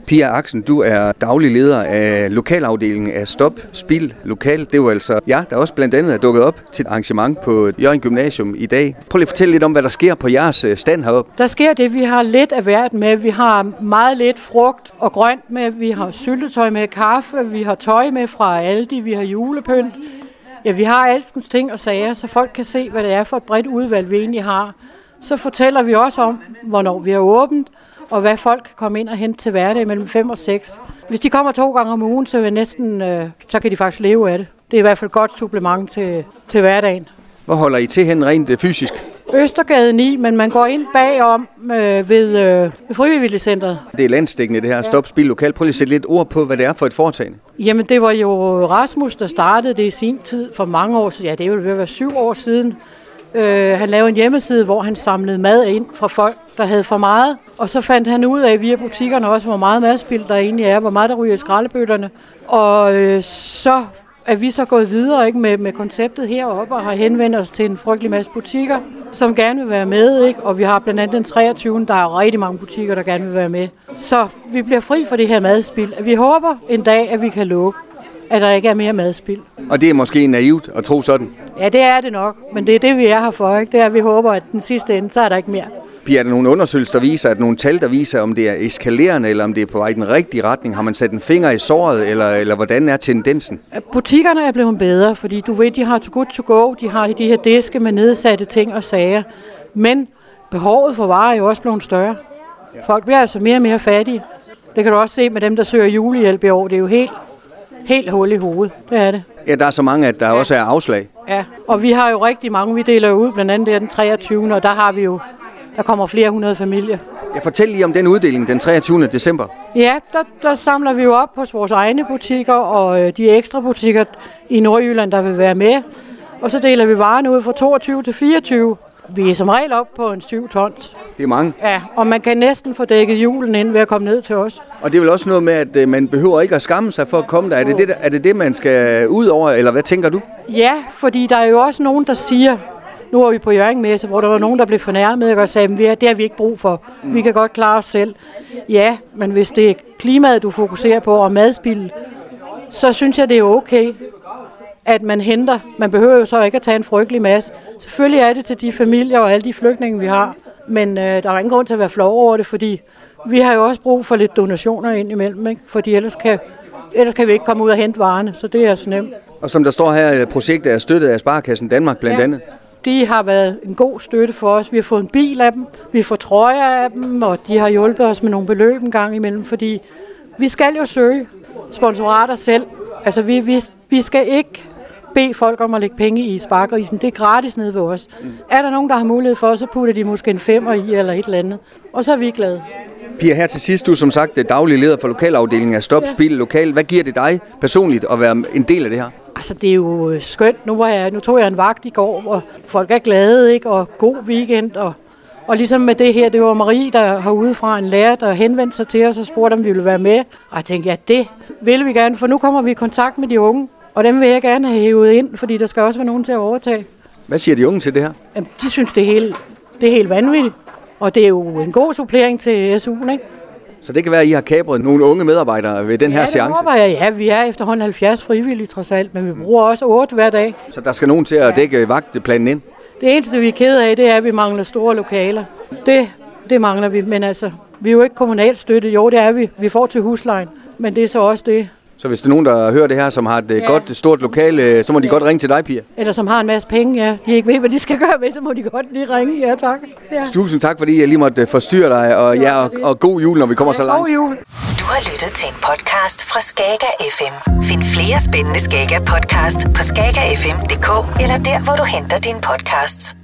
Pia Axen, du er daglig leder af lokalafdelingen af Stop Spild Lokal. Det er jo altså der også blandt andet er dukket op til et arrangement på Hjørring Gymnasium i dag. Prøv lige at fortælle lidt om, hvad der sker på jeres stand heroppe. Der sker det, vi har lidt af hvert med. Vi har meget lidt frugt og grønt med. Vi har syltetøj med, kaffe, vi har tøj med fra Aldi, vi har julepynt. Ja, vi har alskens ting og sager, så folk kan se, hvad det er for et bredt udvalg, vi egentlig har. Så fortæller vi også om, hvornår vi er åbent, og hvad folk kan komme ind og hente til hverdag mellem 5 og 6. Hvis de kommer 2 gange om ugen, så kan de faktisk leve af det. Det er i hvert fald et godt supplement til hverdagen. Hvor holder I til hen rent fysisk? Østergade 9, men man går ind bagom ved Frivilligcentret. Det er landsdækkende det her, Stop Spild Lokal. Prøv lige at sætte lidt ord på, hvad det er for et foretagende. Jamen det var jo Rasmus, der startede det i sin tid for mange år siden. Ja, det er jo ved at være 7 år siden. Han lavede en hjemmeside, hvor han samlede mad ind fra folk, der havde for meget. Og så fandt han ud af via butikkerne også, hvor meget madspild der egentlig er, hvor meget der ryger i skraldebøtterne. Og så er vi så gået videre ikke, med konceptet heroppe og har henvendt os til en frygtelig masse butikker, som gerne vil være med. Ikke? Og vi har blandt andet den 23. Der er rigtig mange butikker, der gerne vil være med. Så vi bliver fri for det her madspild. Vi håber en dag, at vi kan lukke, at der ikke er mere madspild. Og det er måske naivt at tro sådan? Ja, det er det nok. Men det er det, vi er her for. Ikke? Det er, at vi håber, at den sidste ende, så er der ikke mere. Pia, er der nogle undersøgelser, der viser, at nogle tal, der viser, om det er eskalerende, eller om det er på vej i den rigtige retning? Har man sat en finger i såret, eller hvordan er tendensen? Butikkerne er blevet bedre, fordi du ved, de har too good to go, de har de her diske med nedsatte ting og sager. Men behovet for varer er jo også blevet større. Folk bliver altså mere og mere fattige. Det kan du også se med dem, der søger julehjælp i år. Det er jo helt hul i hovedet. Det er det. Ja, der er så mange, at der også er afslag. Ja, og vi har jo rigtig mange. Vi deler jo ud, blandt andet det er den 23. Og der kommer flere 100 familier. Jeg fortæl lige om den uddeling den 23. december. Ja, der samler vi jo op hos vores egne butikker og de ekstra butikker i Nordjylland, der vil være med. Og så deler vi varerne ud fra 22 til 24. Vi er som regel op på en 7 tons. Det er mange. Ja, og man kan næsten få dækket julen ind ved at komme ned til os. Og det er vel også noget med, at man behøver ikke at skamme sig for at komme der. Er det det, man skal ud over, eller hvad tænker du? Ja, fordi der er jo også nogen, der siger, nu er vi på Hjørring Messe, hvor der var nogen, der blev fornærmet og sagde, at det har vi ikke brug for. Vi kan godt klare os selv. Ja, men hvis det er klimaet, du fokuserer på, og madspild, så synes jeg, det er okay, at man henter. Man behøver jo så ikke at tage en frygtelig masse. Selvfølgelig er det til de familier og alle de flygtninge, vi har. Men der er ingen grund til at være flov over det, fordi vi har jo også brug for lidt donationer ind imellem, ikke? Fordi ellers kan vi ikke komme ud og hente varerne, så det er så nemt. Og som der står her, projektet er støttet af Sparekassen Danmark blandt andet. De har været en god støtte for os. Vi har fået en bil af dem, vi får trøjer af dem, og de har hjulpet os med nogle beløb en gang imellem, fordi vi skal jo søge sponsorater selv. Altså vi skal ikke bede folk om at lægge penge i sparkerisen. Det er gratis nede ved os. Er der nogen, der har mulighed for, så putter de måske en 5'er i eller et eller andet. Og så er vi glade. Pia, her til sidst, du som sagt er daglig leder for lokalafdelingen af Stop Spild Lokal. Hvad giver det dig personligt at være en del af det her? Altså, det er jo skønt. Nu tog jeg en vagt i går, og folk er glade, ikke? Og god weekend. Og ligesom med det her, det var Marie, der herude fra en lærer, der henvendte sig til os og spurgte, om vi ville være med. Og jeg tænkte, ja, det vil vi gerne, for nu kommer vi i kontakt med de unge. Og dem vil jeg gerne have hævet ind, fordi der skal også være nogen til at overtage. Hvad siger de unge til det her? Jamen, de synes, det er helt vanvittigt. Og det er jo en god supplering til SU'en, ikke? Så det kan være, at I har kapret nogle unge medarbejdere ved den her seance? Det håber jeg. Ja, vi er efterhånden 70 frivillige trods alt, men vi bruger også 8 hver dag. Så der skal nogen til at dække vagtplanen ind? Det eneste, vi er kede af, det er, at vi mangler store lokaler. Det mangler vi, men altså, vi er jo ikke kommunalt støtte. Jo, det er vi. Vi får til huslejen, men det er så også det. Så hvis der er nogen, der hører det her, som har et godt, stort lokale, så må de godt ringe til dig, Pia? Eller som har en masse penge, ja. De ikke ved, hvad de skal gøre med, så må de godt lige ringe. Ja, tak. Ja. Tusind tak, fordi jeg lige måtte forstyrre dig, og god jul, når vi kommer så langt. God jul. Du har lyttet til en podcast fra Skager FM. Find flere spændende Skager podcast på skagerfm.dk eller der, hvor du henter dine podcasts.